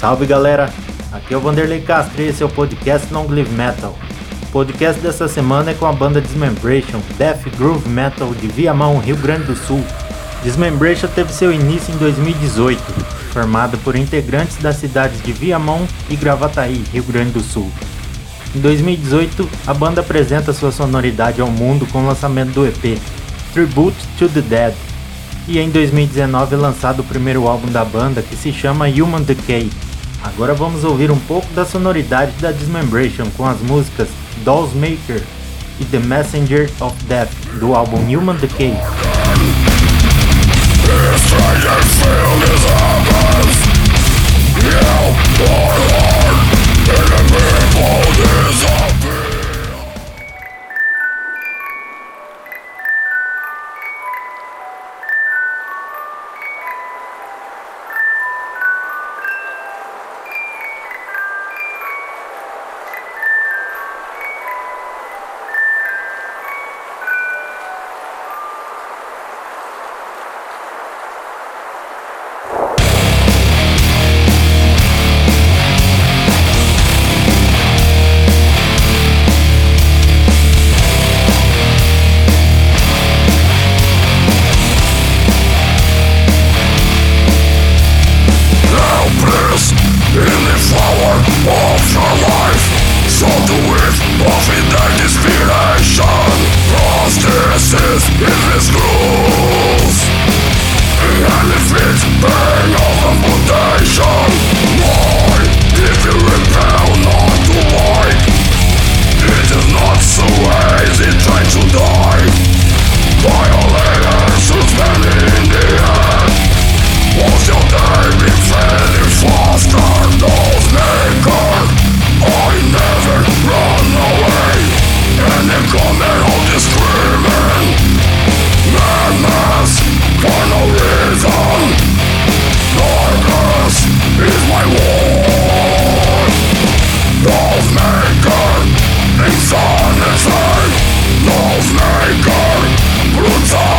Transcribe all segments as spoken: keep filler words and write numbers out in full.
Salve galera, aqui é o Vanderlei Castro e esse é o podcast Long Live Metal. O podcast dessa semana é com a banda Dismembration, Death Groove Metal de Viamão, Rio Grande do Sul. Dismembration teve seu início em dois mil e dezoito, formado por integrantes das cidades de Viamão e Gravataí, Rio Grande do Sul. Em dois mil e dezoito, a banda apresenta sua sonoridade ao mundo com o lançamento do E P, Tribute to the Dead, e em dois mil e dezenove é lançado o primeiro álbum da banda, que se chama Human Decay. Agora vamos ouvir um pouco da sonoridade da Dismembration com as músicas Dolls Maker e The Messenger of Death, do álbum Human Decay. Insanity, Love Maker, brutal.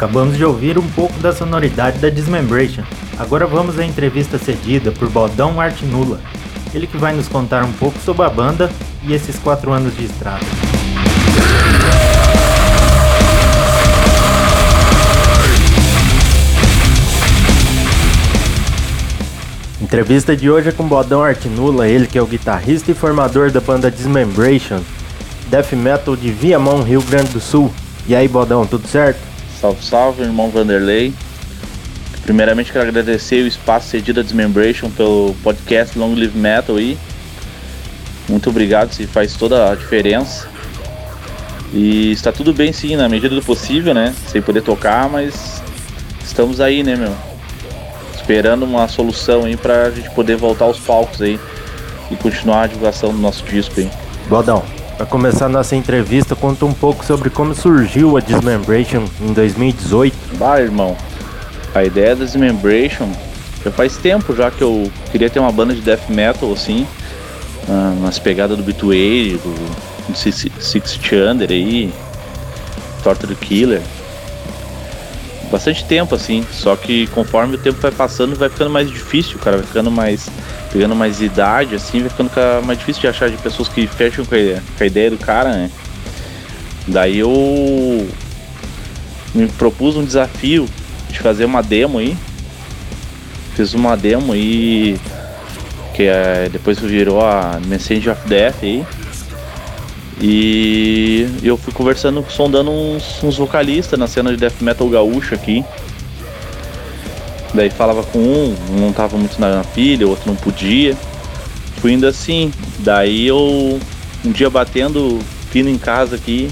Acabamos de ouvir um pouco da sonoridade da Dismembration. Agora vamos à entrevista cedida por Bodão Arte Nula. Ele que vai nos contar um pouco sobre a banda e esses quatro anos de estrada. Entrevista de hoje é com Bodão Arte Nula, ele que é o guitarrista e formador da banda Dismembration, death metal de Viamão, Rio Grande do Sul. E aí, Bodão, tudo certo? Salve, salve, irmão Vanderlei. Primeiramente quero agradecer o espaço cedido à Dismembration pelo podcast Long Live Metal aí. Muito obrigado, se faz toda a diferença. E está tudo bem sim, na medida do possível, né? Sem poder tocar, mas estamos aí, né, meu? Esperando uma solução aí pra gente poder voltar aos palcos aí e continuar a divulgação do nosso disco aí. Bodão, para começar nossa entrevista, conta um pouco sobre como surgiu a Dismembration em dois mil e dezoito. Bah, irmão, a ideia da Dismembration já faz tempo já que eu queria ter uma banda de death metal assim, nas pegadas do Beatway, do Six Thunder aí, Torture Killer. Bastante tempo assim, só que conforme o tempo vai passando vai ficando mais difícil, cara, vai ficando mais, pegando mais idade assim, vai ficando mais difícil de achar de pessoas que fecham com a, com a ideia do cara, né? Daí eu me propus um desafio de fazer uma demo aí, fiz uma demo aí, que é, depois virou a Message of Death aí. E eu fui conversando, sondando uns, uns vocalistas na cena de death metal gaúcho aqui. Daí falava com um, um não tava muito na pilha, o outro não podia. Fui indo assim, daí eu um dia batendo fino em casa aqui,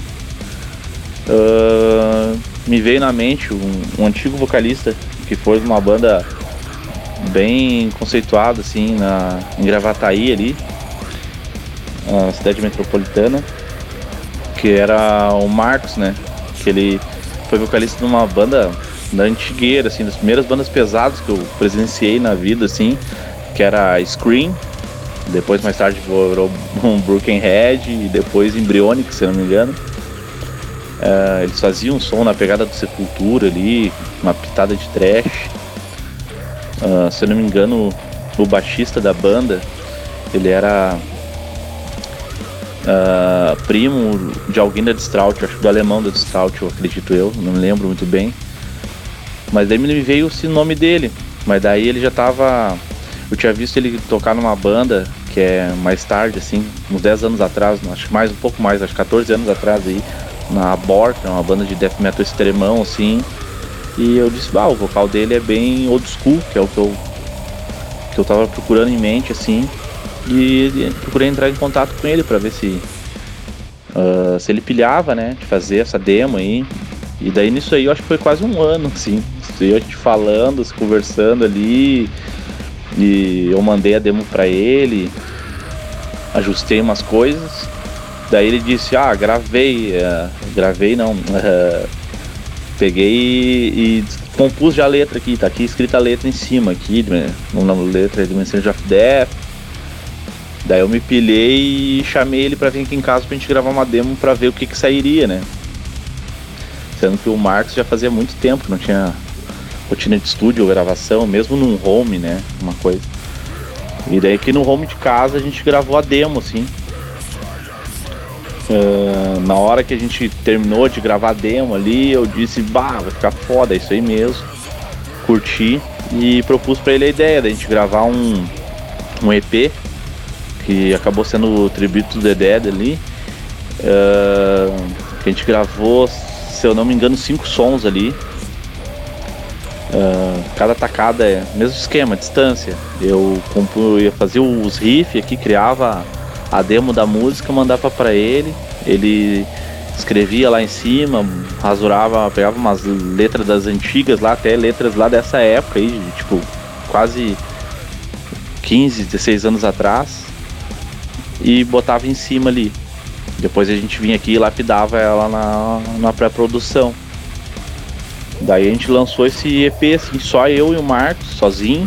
uh, me veio na mente um, um antigo vocalista que foi de uma banda bem conceituada assim, na, em Gravataí ali, a cidade metropolitana, que era o Marcos, né? Que ele foi vocalista de uma banda da antigueira, assim, das primeiras bandas pesadas que eu presenciei na vida, assim, que era a Scream, depois mais tarde virou um Broken Head e depois Embryonic, se não me engano. Uh, eles faziam um som na pegada do Sepultura ali, uma pitada de thrash. Uh, se eu não me engano, o baixista da banda, ele era uh, primo de alguém da Distraut, acho que do alemão da Distraut, eu acredito eu, não me lembro muito bem. Mas daí me veio o nome dele, mas daí ele já tava... Eu tinha visto ele tocar numa banda que é mais tarde, assim, uns dez anos atrás, acho que mais, um pouco mais, acho que catorze anos atrás aí, na Abort, uma banda de death metal extremão, assim. E eu disse, ah, o vocal dele é bem old school, que é o que eu, que eu tava procurando em mente, assim. E, e procurei entrar em contato com ele pra ver se, uh, se ele pilhava, né, de fazer essa demo aí. E daí nisso aí eu acho que foi quase um ano, assim. Eu a gente falando, se conversando ali. E eu mandei a demo pra ele, ajustei umas coisas. Daí ele disse, ah, gravei, uh, gravei não, uh, peguei e, e compus já a letra aqui, tá aqui escrita a letra em cima aqui, uma letra de Message of Death. Daí eu me pilhei e chamei ele pra vir aqui em casa pra gente gravar uma demo pra ver o que que sairia, né? Sendo que o Marcos já fazia muito tempo que não tinha rotina de estúdio ou gravação, mesmo num home, né, uma coisa. E daí aqui no home de casa a gente gravou a demo, assim. Uh, na hora que a gente terminou de gravar a demo ali, eu disse, bah, vai ficar foda, é isso aí mesmo. Curti e propus pra ele a ideia da gente gravar um, um E P, que acabou sendo o Tribute to the Dead ali. Uh, que a gente gravou, se eu não me engano, cinco sons ali. Uh, cada tacada é mesmo esquema, distância. Eu, compu, eu ia fazer os riffs aqui, criava a demo da música, mandava pra ele. Ele escrevia lá em cima, rasurava, pegava umas letras das antigas lá, até letras lá dessa época aí, de, tipo, quase quinze, dezesseis anos atrás, e botava em cima ali. Depois a gente vinha aqui e lapidava ela na, na pré-produção. Daí a gente lançou esse E P, assim, só eu e o Marcos, sozinho.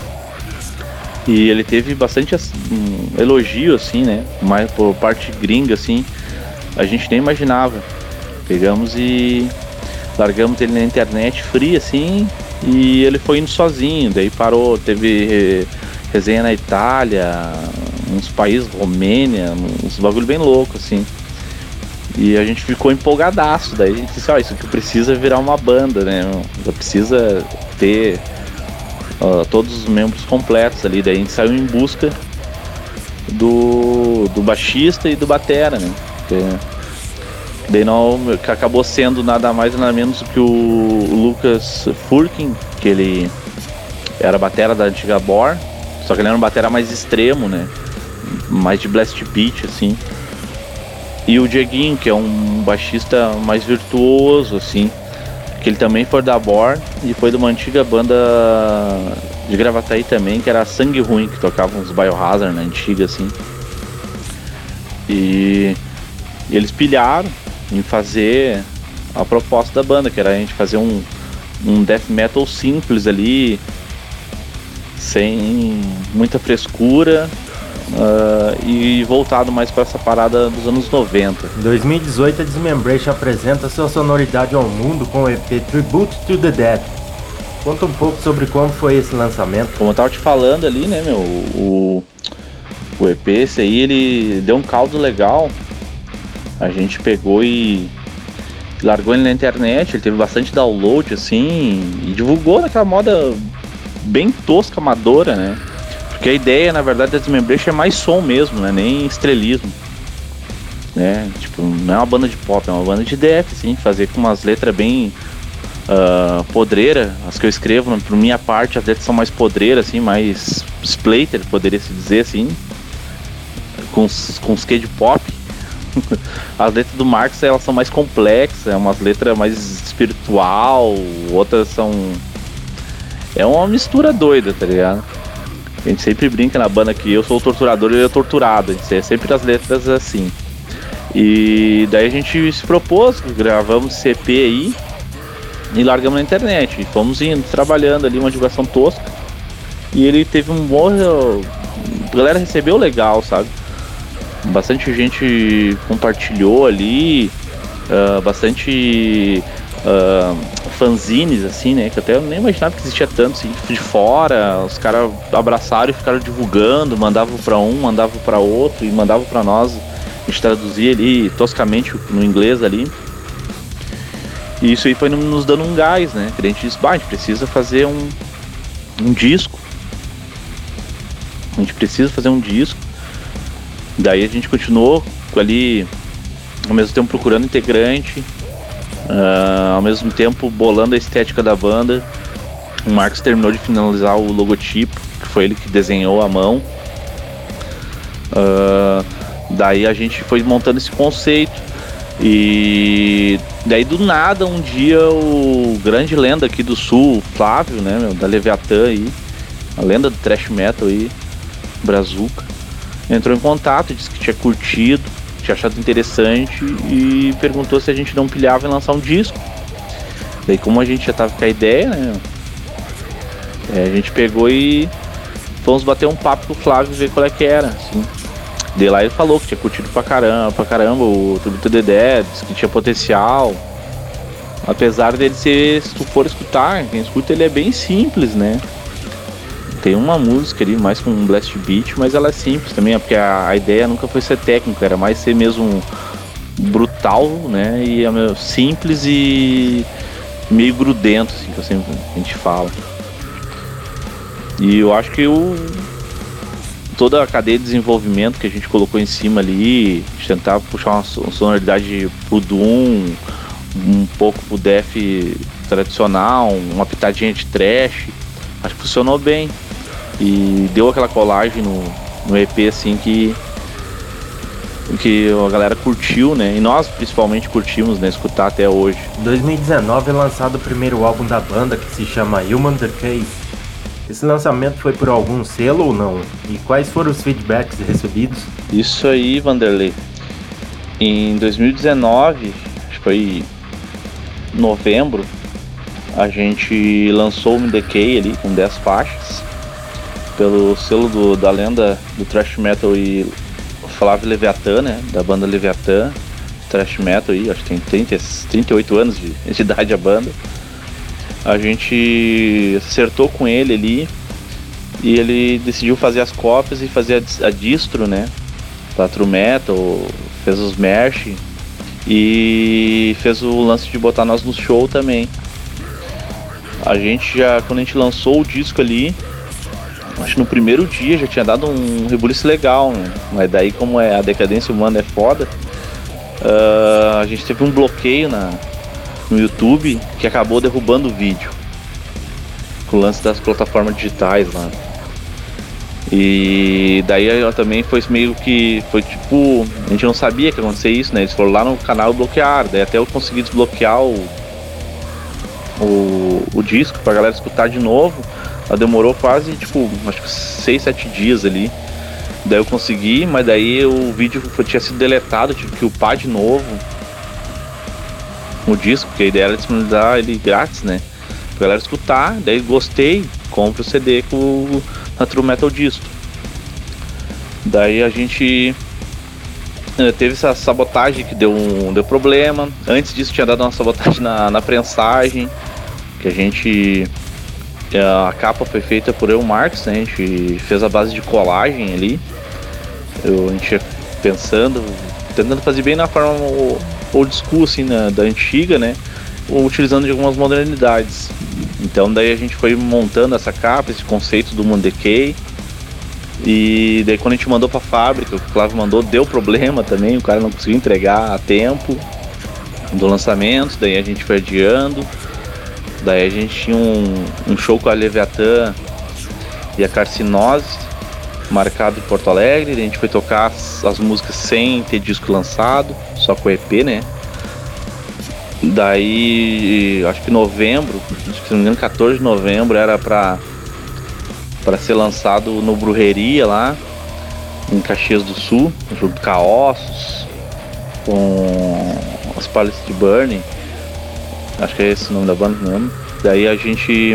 E ele teve bastante um elogio, assim, né? Mas por parte gringa, assim, a gente nem imaginava. Pegamos e largamos ele na internet free assim, e ele foi indo sozinho, daí parou, teve resenha na Itália, uns países, Romênia, uns bagulho bem louco assim. E a gente ficou empolgadaço, daí a gente disse, ó, oh, isso aqui precisa virar uma banda, né? Precisa ter uh, todos os membros completos ali, daí a gente saiu em busca do, do baixista e do batera, né? Porque daí não, que acabou sendo nada mais nada menos do que o, o Lucas Furkin, que ele era batera da antiga Bor, só que ele era um batera mais extremo, né? Mais de blast beat, assim. E o Dieguinho, que é um baixista mais virtuoso, assim, que ele também foi da Bor e foi de uma antiga banda de Gravataí também, que era Sangue Ruim, que tocava uns Biohazard na antiga, assim. E, e eles pilharam em fazer a proposta da banda, que era a gente fazer um, um death metal simples ali, sem muita frescura, uh, e voltado mais para essa parada dos anos noventa. Em dois mil e dezoito, a Dismembration apresenta sua sonoridade ao mundo com o E P Tribute to the Dead. Conta um pouco sobre como foi esse lançamento. Como eu tava te falando ali, né, meu, o, o E P, esse aí, ele deu um caldo legal. A gente pegou e largou ele na internet, ele teve bastante download, assim, e divulgou naquela moda bem tosca, amadora, né? Porque a ideia, na verdade, da Dismembration é mais som mesmo, né? Nem estrelismo, né? Tipo, não é uma banda de pop, é uma banda de death, assim, fazer com umas letras bem uh, podreira. As que eu escrevo, por minha parte, as letras são mais podreiras, assim, mais splatter, poderia se dizer, assim, com com os que de pop. As letras do Marx, elas são mais complexas, é umas letras mais espiritual, outras são... É uma mistura doida, tá ligado? A gente sempre brinca na banda que eu sou o torturador e ele é o torturado, a gente é sempre as letras assim. E daí a gente se propôs, gravamos esse E P aí e largamos na internet. E fomos indo, trabalhando ali, uma divulgação tosca. E ele teve um bom... A galera recebeu legal, sabe? Bastante gente compartilhou ali, uh, bastante uh, fanzines, assim, né? Que até eu nem imaginava que existia tanto, assim, de fora. Os caras abraçaram e ficaram divulgando, mandavam pra um, mandavam pra outro e mandavam pra nós. A gente traduzia ali toscamente no inglês ali. E isso aí foi nos dando um gás, né? Que a gente disse, bah, a gente precisa fazer um, um disco. A gente precisa fazer um disco. Daí a gente continuou ali, ao mesmo tempo procurando integrante, uh, ao mesmo tempo bolando a estética da banda. O Marcos terminou de finalizar o logotipo, que foi ele que desenhou à mão. Uh, daí a gente foi montando esse conceito. E daí do nada, um dia, o grande lenda aqui do sul, o Flávio, né, meu, da Leviatã aí, a lenda do thrash metal aí, Brazuca, entrou em contato, disse que tinha curtido, tinha achado interessante e perguntou se a gente não pilhava em lançar um disco. Daí, como a gente já tava com a ideia, né, é, a gente pegou e fomos bater um papo com o Flávio e ver qual é que era, assim. Daí lá ele falou que tinha curtido pra caramba, pra caramba o Tribute to the Dead, disse que tinha potencial. Apesar dele ser, se tu for escutar, quem escuta ele é bem simples, né? Tem uma música ali mais com um blast beat, mas ela é simples também, porque a, a ideia nunca foi ser técnica, era mais ser mesmo brutal, né? E é meio simples e meio grudento, assim, que eu sempre, a gente fala. E eu acho que o, toda a cadeia de desenvolvimento que a gente colocou em cima ali, de tentar puxar uma sonoridade pro Doom, um pouco pro death tradicional, uma pitadinha de thrash, acho que funcionou bem. E deu aquela colagem no, no E P, assim, que, que a galera curtiu, né? E nós, principalmente, curtimos, né? Escutar até hoje. Em dois mil e dezenove é lançado o primeiro álbum da banda, que se chama Human Decay. Esse lançamento foi por algum selo ou não? E quais foram os feedbacks recebidos? Isso aí, Vanderlei. Em dois mil e dezenove, acho que foi novembro, a gente lançou o Human Decay ali, com dez faixas. Pelo selo do, da lenda do thrash metal e Flávio Leviatã, né, da banda Leviatã. thrash metal aí, acho que tem trinta, trinta e oito anos de, de idade a banda. A gente acertou com ele ali e ele decidiu fazer as cópias e fazer a, a distro, né, pra True Metal, fez os merch e fez o lance de botar nós no show também. A gente já, quando a gente lançou o disco ali, acho que no primeiro dia já tinha dado um rebuliço legal, né? Mas daí, como é, a decadência humana é foda, uh, a gente teve um bloqueio na, no YouTube que acabou derrubando o vídeo com o lance das plataformas digitais lá. E daí eu também foi meio que, foi tipo, a gente não sabia que ia acontecer isso, né? Eles foram lá no canal e bloquearam, daí até eu consegui desbloquear o, o, o disco pra galera escutar de novo. Ela demorou quase, tipo, acho que seis, sete dias ali. Daí eu consegui, mas daí o vídeo foi, tinha sido deletado, tive que upar de novo o disco, porque a ideia era disponibilizar ele grátis, né? Pra galera escutar, daí gostei, compro o C D com a True Metal Disco. Daí a gente teve essa sabotagem que deu, um, deu problema. Antes disso tinha dado uma sabotagem na, na prensagem, que a gente... A capa foi feita por eu, Marcos, né? A gente fez a base de colagem ali. Eu, a gente ia pensando, tentando fazer bem na forma old school, assim, na, da antiga, né? Utilizando de algumas modernidades. Então daí a gente foi montando essa capa, esse conceito do Moon Decay. E daí quando a gente mandou pra fábrica, o Flávio mandou, deu problema também, o cara não conseguiu entregar a tempo do lançamento, daí a gente foi adiando. Daí a gente tinha um, um show com a Leviathan e a Carcinose marcado em Porto Alegre. Daí a gente foi tocar as, as músicas sem ter disco lançado, só com o E P, né? Daí, acho que novembro, acho que se não me engano, quatorze de novembro era pra, pra ser lançado no Brujeria lá, em Caxias do Sul, junto com a Ossos, com as Palace de Burning. Acho que é esse o nome da banda mesmo. Daí a gente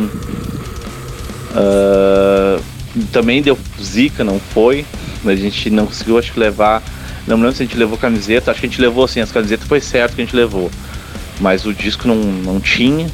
uh, também deu zica, não foi. A gente não conseguiu, acho que levar. Não me lembro se a gente levou camiseta. Acho que a gente levou sim, as camisetas foi certo que a gente levou. Mas o disco não, não tinha.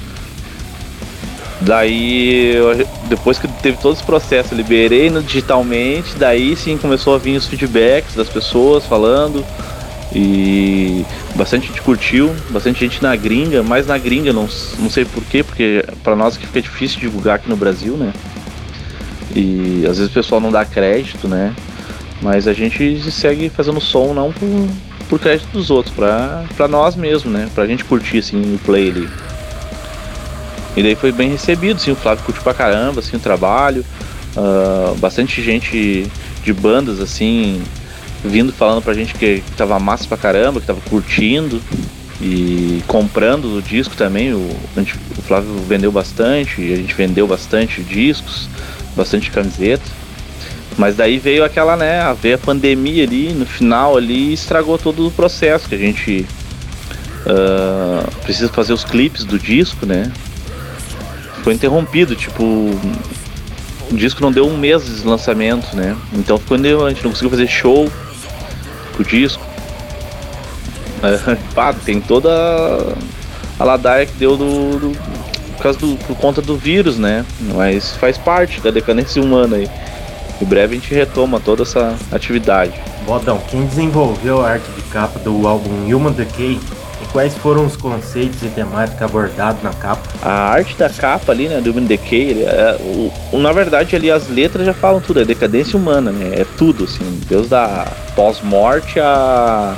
Daí, eu, depois que teve todo esse processo, eu liberei no, digitalmente. Daí sim começou a vir os feedbacks das pessoas falando. E bastante gente curtiu, bastante gente na gringa, mais na gringa, não, não sei porquê, porque pra nós que fica difícil divulgar aqui no Brasil, né? E às vezes o pessoal não dá crédito, né? Mas a gente segue fazendo som não por, por crédito dos outros, pra, pra nós mesmo, né? Pra gente curtir assim o play ali. E daí foi bem recebido, assim, o Flávio curtiu pra caramba, assim, o trabalho. Uh, bastante gente de bandas, assim, vindo falando pra gente que, que tava massa pra caramba, que tava curtindo e comprando o disco também. O, a gente, o Flávio vendeu bastante, a gente vendeu bastante discos, bastante camiseta. Mas daí veio aquela, né, veio a pandemia ali, no final ali, estragou todo o processo, que a gente uh, precisa fazer os clipes do disco, né. Foi interrompido, tipo, o disco não deu um mês de lançamento, né. Então quando a gente não conseguiu fazer show o disco, é, pá, tem toda a ladaia que deu do, do, por, causa do, por conta do vírus, né? Mas faz parte da decadência humana aí. Em breve a gente retoma toda essa atividade. Bodão, quem desenvolveu a arte de capa do álbum Human Decay e quais foram os conceitos e temática abordados na capa? A arte da capa ali, né, do Human Decay, ele é, o, o, na verdade ali as letras já falam tudo, é decadência humana, né, é tudo, assim, Deus da pós-morte a...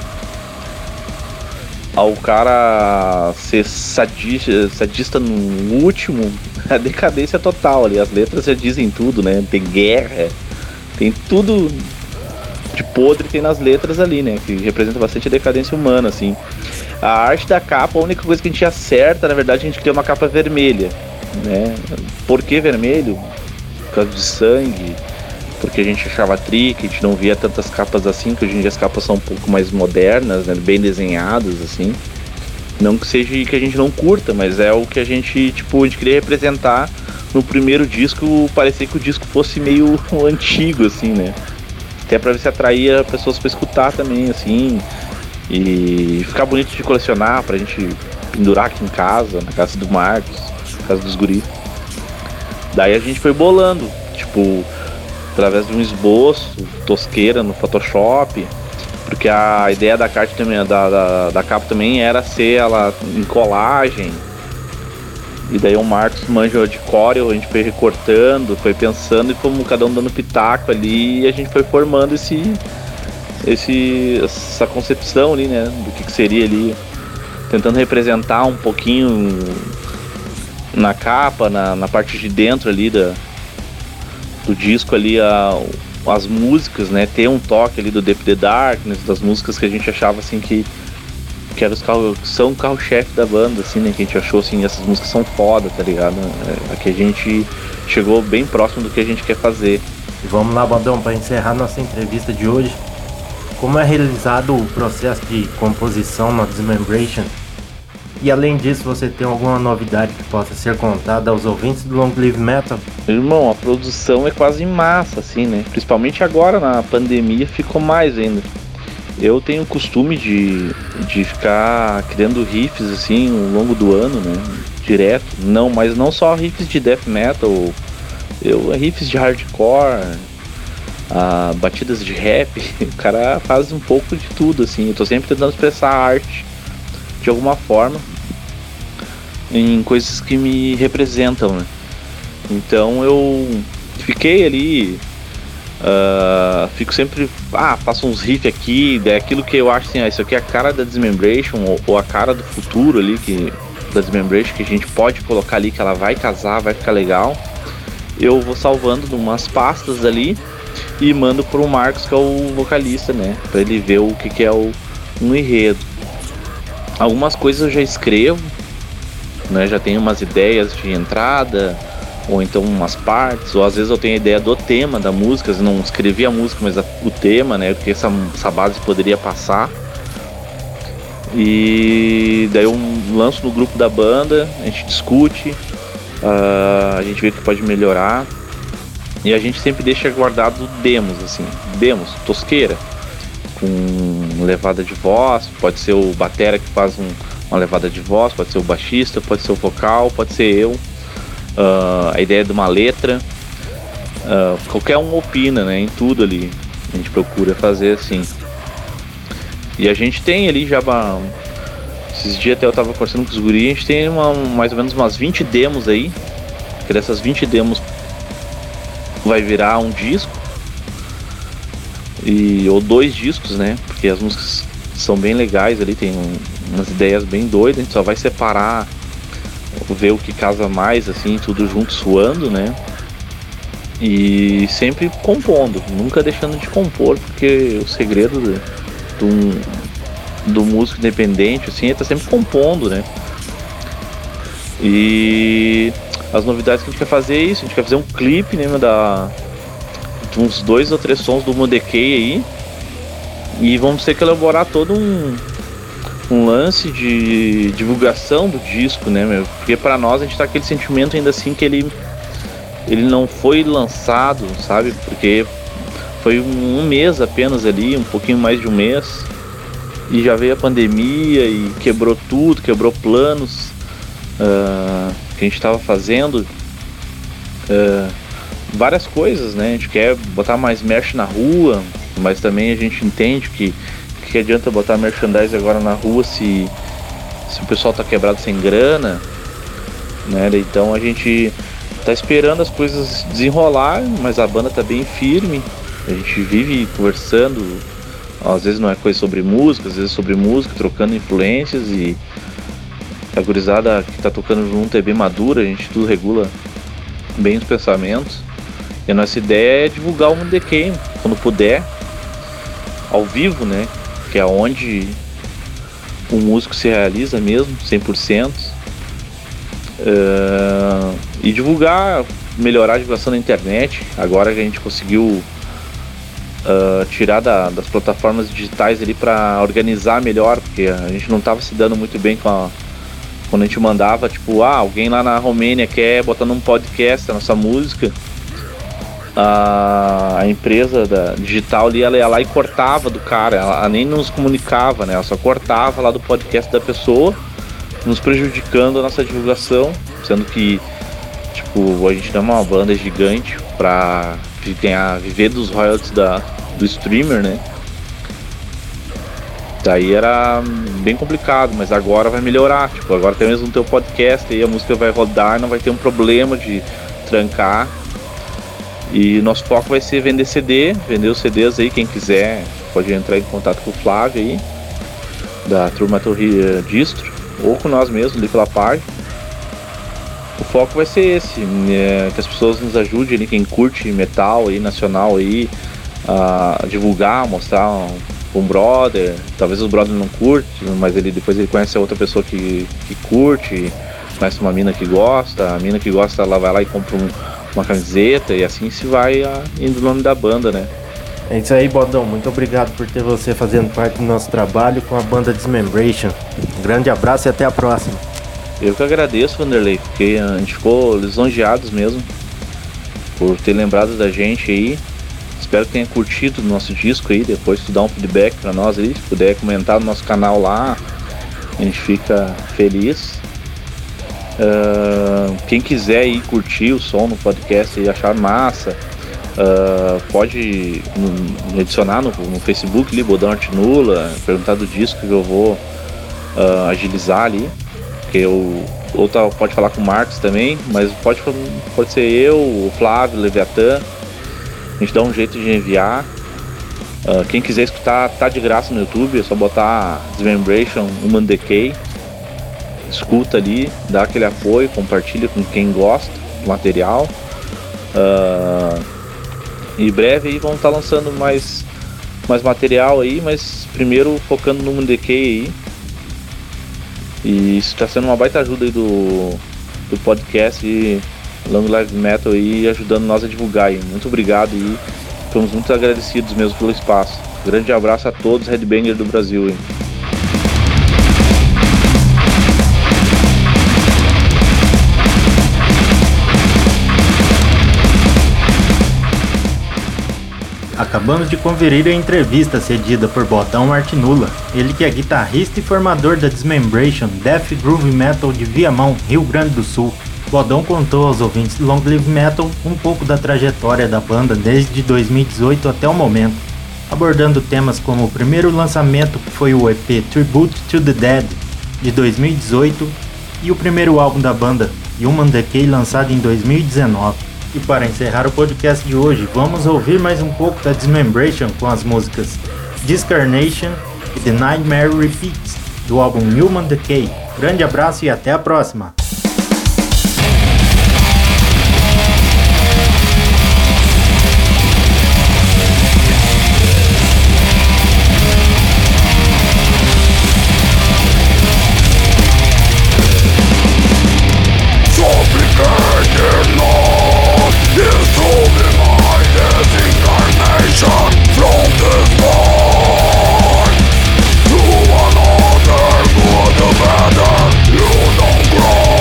ao cara ser sadista, sadista no último, a decadência total ali, as letras já dizem tudo, né, tem guerra, tem tudo de podre tem nas letras ali, né, que representa bastante a decadência humana, assim. A arte da capa, a única coisa que a gente acerta, na verdade, a gente cria uma capa vermelha, né? Por que vermelho? Por causa de sangue, porque a gente achava tri, que a gente não via tantas capas assim, que hoje em dia as capas são um pouco mais modernas, né? Bem desenhadas, assim. Não que seja que a gente não curta, mas é o que a gente, tipo, a gente queria representar no primeiro disco, parecia que o disco fosse meio antigo, assim, né? Até pra ver se atraía pessoas pra escutar também, assim. e ficar bonito de colecionar pra gente pendurar aqui em casa, na casa do Marcos, na casa dos guris. Daí a gente foi bolando, tipo, através de um esboço, tosqueira no Photoshop, porque a ideia da carta também, da, da, da capa também era ser ela em colagem. E daí o Marcos manja de Corel, a gente foi recortando, foi pensando e como cada um dando pitaco ali, e a gente foi formando esse, esse, essa concepção ali, né, do que, que seria ali, tentando representar um pouquinho na capa, na, na parte de dentro ali da, do disco ali, a, as músicas, né, ter um toque ali do Deep the Darkness, das músicas que a gente achava assim que que eram os carro, são o carro-chefe da banda, assim, né, que a gente achou, assim, essas músicas são foda, tá ligado? É, que a gente chegou bem próximo do que a gente quer fazer. E vamos lá, Bandão, para encerrar nossa entrevista de hoje. Como é realizado o processo de composição na Dismembration? E além disso, você tem alguma novidade que possa ser contada aos ouvintes do Long Live Metal? Irmão, a produção é quase em massa, assim, né? Principalmente agora, na pandemia, ficou mais ainda. Eu tenho o costume de, de ficar criando riffs assim ao longo do ano, né? Direto. Não, mas não só riffs de death metal, eu riffs de hardcore, ah, batidas de rap. O cara faz um pouco de tudo, assim. Eu tô sempre tentando expressar a arte de alguma forma em coisas que me representam, né? Então eu fiquei ali. Uh, fico sempre, ah, faço uns riffs aqui, é aquilo que eu acho assim, ah, isso aqui é a cara da Dismembration, ou, ou a cara do futuro ali, que, da Dismembration, que a gente pode colocar ali, que ela vai casar, vai ficar legal. Eu vou salvando numas pastas ali e mando pro Marcos, que é o vocalista, né, pra ele ver o que, que é o, um enredo. Algumas coisas eu já escrevo, né, já tenho umas ideias de entrada, ou então umas partes, ou às vezes eu tenho a ideia do tema da música, eu não escrevi a música, mas a, o tema, né, porque essa, essa base poderia passar. E daí eu lanço no grupo da banda, a gente discute, uh, a gente vê o que pode melhorar, e a gente sempre deixa guardado demos, assim, demos, tosqueira, com levada de voz, pode ser o batera que faz um, uma levada de voz, pode ser o baixista, pode ser o vocal, pode ser eu. Uh, a ideia de uma letra, uh, qualquer um opina, né, em tudo ali, a gente procura fazer assim. E a gente tem ali já, esses dias até eu tava conversando com os guris, a gente tem uma, mais ou menos umas vinte demos aí, que dessas vinte demos vai virar um disco, e, ou dois discos, né, porque as músicas são bem legais ali, tem um, umas ideias bem doidas, a gente só vai separar, ver o que casa mais, assim, tudo junto suando, né? E sempre compondo, nunca deixando de compor, porque o segredo do, do, do músico independente, assim, é estar sempre compondo, né? E as novidades que a gente quer fazer é isso, a gente quer fazer um clipe, né, da, de uns dois ou três sons do Mudecay aí, e vamos ter que elaborar todo um um lance de divulgação do disco, né, meu? Porque pra nós a gente tá aquele sentimento ainda assim que ele ele não foi lançado, sabe? Porque foi um, um mês apenas ali, um pouquinho mais de um mês, e já veio a pandemia e quebrou tudo, quebrou planos uh, que a gente tava fazendo, uh, várias coisas, né? A gente quer botar mais merch na rua, mas também a gente entende que que adianta botar merchandise agora na rua se, se o pessoal tá quebrado sem grana, né? Então a gente tá esperando as coisas desenrolar, mas a banda tá bem firme, a gente vive conversando, às vezes não é coisa sobre música, às vezes sobre música, trocando influências, e a gurizada que tá tocando junto é bem madura, a gente tudo regula bem os pensamentos, e a nossa ideia é divulgar o Mudecay quando puder, ao vivo, né? Que é onde o músico se realiza mesmo, cem por cento. Uh, e divulgar, melhorar a divulgação na internet. Agora que a gente conseguiu uh, tirar da, das plataformas digitais ali para organizar melhor, porque a gente não estava se dando muito bem com a, quando a gente mandava, tipo, ah, alguém lá na Romênia quer botar num podcast a nossa música. a, a empresa da digital ali, ela ia lá e cortava do cara, ela, ela nem nos comunicava, né? Ela só cortava lá do podcast da pessoa, nos prejudicando a nossa divulgação, sendo que, tipo, a gente não é uma banda gigante pra ganhar, viver dos royalties da, do streamer, né? Daí era bem complicado, mas agora vai melhorar. Tipo, agora até mesmo no teu podcast aí a música vai rodar, não vai ter um problema de trancar. E nosso foco vai ser vender C D, vender os C Ds aí, quem quiser pode entrar em contato com o Flávio aí, da True Metal Distro, ou com nós mesmos ali pela página. O foco vai ser esse, né, que as pessoas nos ajudem ali, quem curte metal aí, nacional aí, a divulgar, mostrar um, um brother, talvez o brother não curte, mas ele depois ele conhece a outra pessoa que, que curte, conhece uma mina que gosta, a mina que gosta ela vai lá e compra um, uma camiseta e assim se vai a, indo o nome da banda, né? É isso aí, Bodão, muito obrigado por ter você fazendo parte do nosso trabalho com a banda Dismembration. Um grande abraço e até a próxima. Eu que agradeço, Vanderlei, porque a gente ficou lisonjeados mesmo por ter lembrado da gente aí. Espero que tenha curtido o nosso disco aí, depois tu dá um feedback pra nós aí, se puder comentar no nosso canal lá, a gente fica feliz. Uh, quem quiser ir curtir o som no podcast e achar massa, uh, pode me adicionar no, no Facebook ali, Bodão Arte Nula, perguntar do disco que eu vou uh, agilizar ali. Porque eu, ou tá, pode falar com o Marcos também, mas pode, pode ser eu, o Flávio, o Leviatã. A gente dá um jeito de enviar. Uh, quem quiser escutar, tá de graça no YouTube, é só botar Dismembration Human Decay. Escuta ali, dá aquele apoio, compartilha com quem gosta do material. Uh, em breve aí vão estar tá lançando mais, mais material aí, mas primeiro focando no Human Decay aí. E isso está sendo uma baita ajuda aí do, do podcast e Long Live Metal aí, ajudando nós a divulgar aí. Muito obrigado e estamos muito agradecidos mesmo pelo espaço. Grande abraço a todos, Headbanger do Brasil aí. Acabamos de conferir a entrevista cedida por Bodão Arte Nula, ele que é guitarrista e formador da Dismembration Death Groove Metal de Viamão, Rio Grande do Sul. Bodão contou aos ouvintes de Long Live Metal um pouco da trajetória da banda desde dois mil e dezoito até o momento, abordando temas como o primeiro lançamento, que foi o E P Tribute to the Dead de dois mil e dezoito, e o primeiro álbum da banda, Human Decay, lançado em dois mil e dezenove. E para encerrar o podcast de hoje, vamos ouvir mais um pouco da Dismembration com as músicas Discarnation e The Nightmare Repeats, do álbum Human Decay. Grande abraço e até a próxima! From this world to another good better, you don't grow.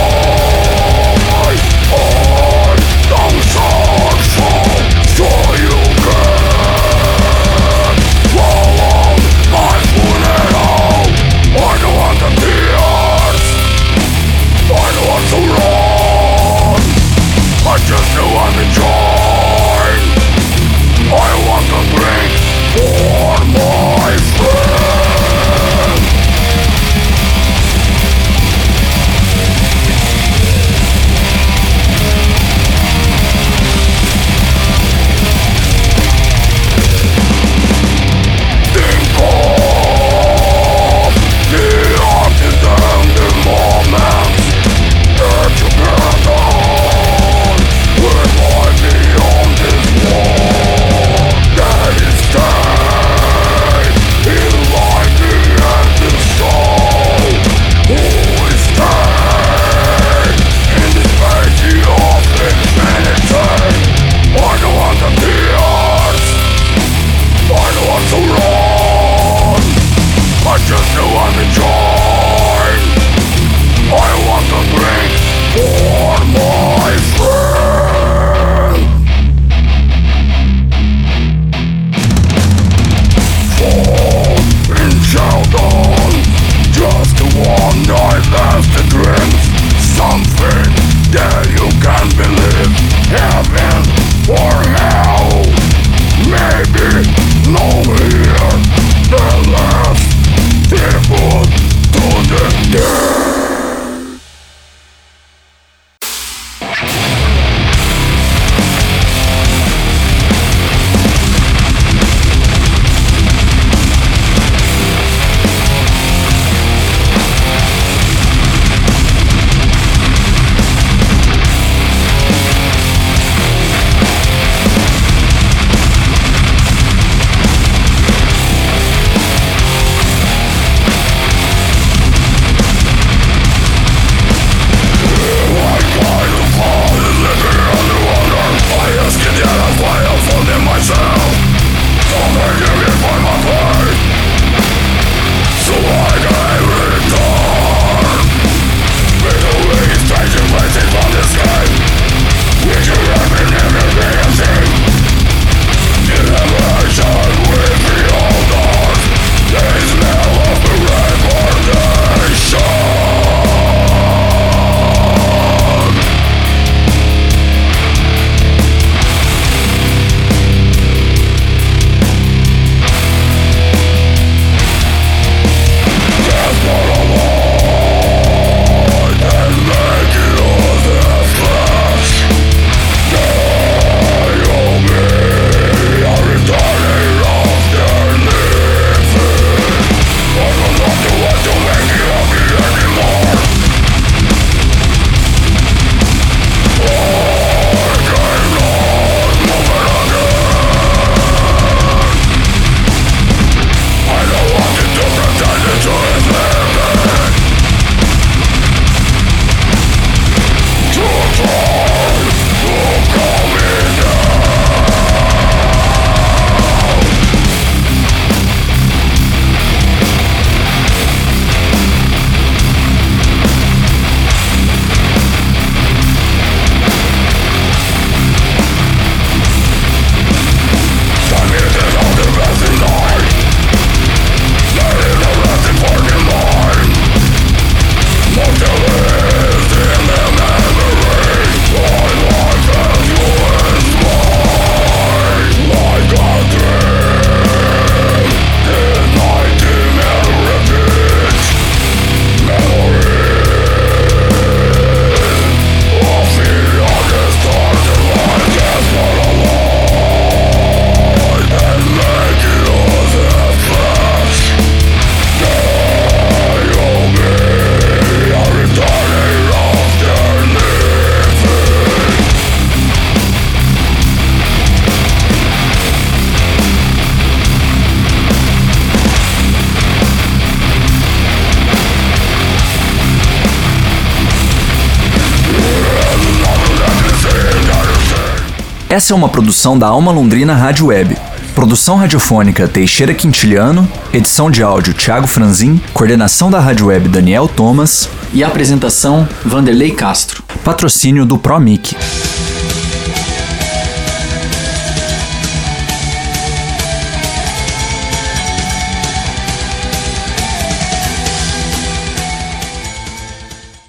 Essa é uma produção da Alma Londrina Rádio Web. Produção radiofônica Teixeira Quintiliano, edição de áudio Thiago Franzin, coordenação da Rádio Web Daniel Thomas e apresentação Vanderlei Castro. Patrocínio do ProMic.